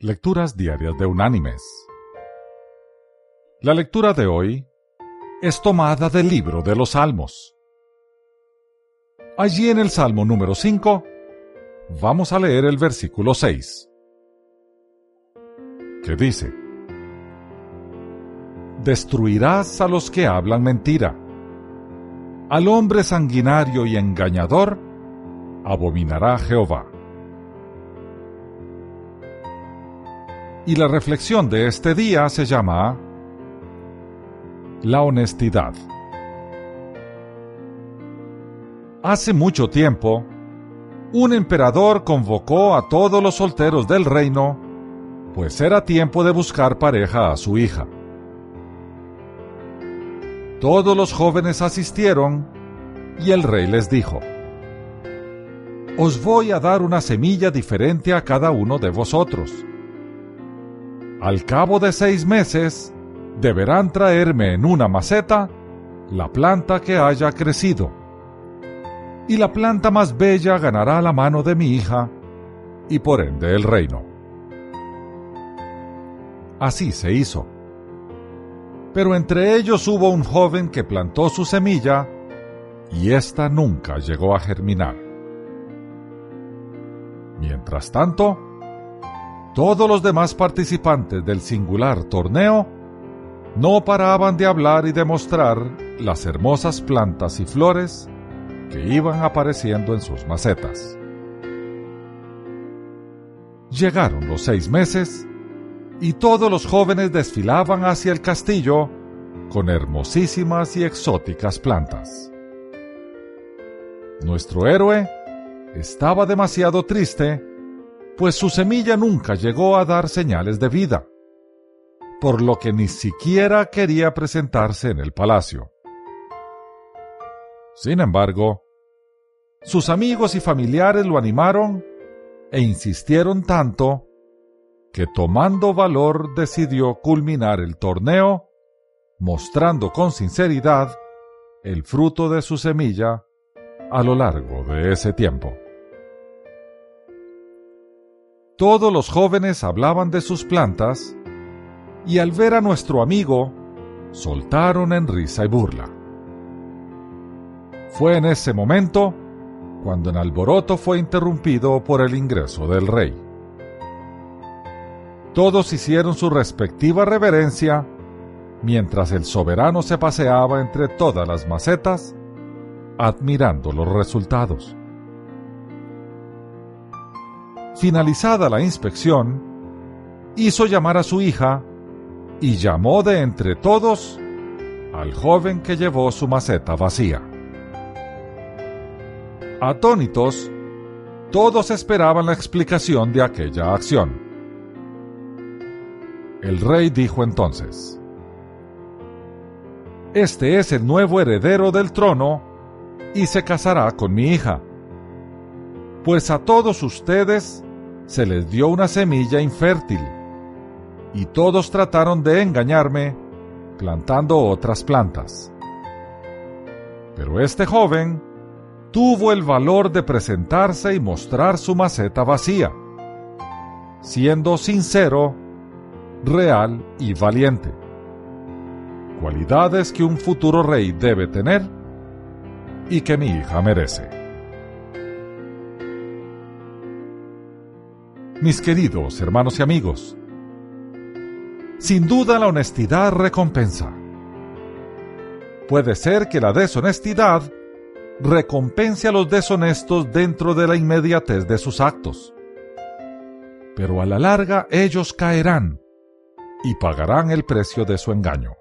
Lecturas diarias de Unánimes. La lectura de hoy es tomada del libro de los Salmos. Allí en el Salmo número 5, vamos a leer el versículo 6, que dice: Destruirás a los que hablan mentira. Al hombre sanguinario y engañador abominará Jehová. Y la reflexión de este día se llama La honestidad. Hace mucho tiempo, un emperador convocó a todos los solteros del reino, pues era tiempo de buscar pareja a su hija. Todos los jóvenes asistieron y el rey les dijo: Os voy a dar una semilla diferente a cada uno de vosotros. Al cabo de 6 meses, deberán traerme en una maceta la planta que haya crecido, y la planta más bella ganará la mano de mi hija, y por ende el reino. Así se hizo. Pero entre ellos hubo un joven que plantó su semilla, y ésta nunca llegó a germinar. Mientras tanto, todos los demás participantes del singular torneo no paraban de hablar y de mostrar las hermosas plantas y flores que iban apareciendo en sus macetas. Llegaron los 6 meses y todos los jóvenes desfilaban hacia el castillo con hermosísimas y exóticas plantas. Nuestro héroe estaba demasiado triste, pues su semilla nunca llegó a dar señales de vida, por lo que ni siquiera quería presentarse en el palacio. Sin embargo, sus amigos y familiares lo animaron e insistieron tanto que, tomando valor, decidió culminar el torneo, mostrando con sinceridad el fruto de su semilla a lo largo de ese tiempo. Todos los jóvenes hablaban de sus plantas y al ver a nuestro amigo, soltaron en risa y burla. Fue en ese momento cuando el alboroto fue interrumpido por el ingreso del rey. Todos hicieron su respectiva reverencia mientras el soberano se paseaba entre todas las macetas, admirando los resultados. Finalizada la inspección, hizo llamar a su hija y llamó de entre todos al joven que llevó su maceta vacía. Atónitos, todos esperaban la explicación de aquella acción. El rey dijo entonces: Este es el nuevo heredero del trono y se casará con mi hija, pues a todos ustedes se les dio una semilla infértil, y todos trataron de engañarme plantando otras plantas. Pero este joven tuvo el valor de presentarse y mostrar su maceta vacía, siendo sincero, real y valiente, cualidades que un futuro rey debe tener y que mi hija merece. Mis queridos hermanos y amigos, sin duda la honestidad recompensa. Puede ser que la deshonestidad recompense a los deshonestos dentro de la inmediatez de sus actos, pero a la larga ellos caerán y pagarán el precio de su engaño.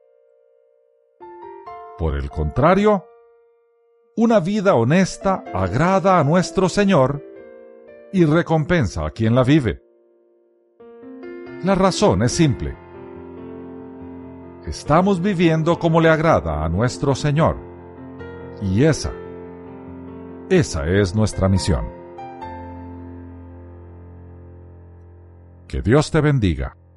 Por el contrario, una vida honesta agrada a nuestro Señor y recompensa a quien la vive. La razón es simple. Estamos viviendo como le agrada a nuestro Señor, y esa es nuestra misión. Que Dios te bendiga.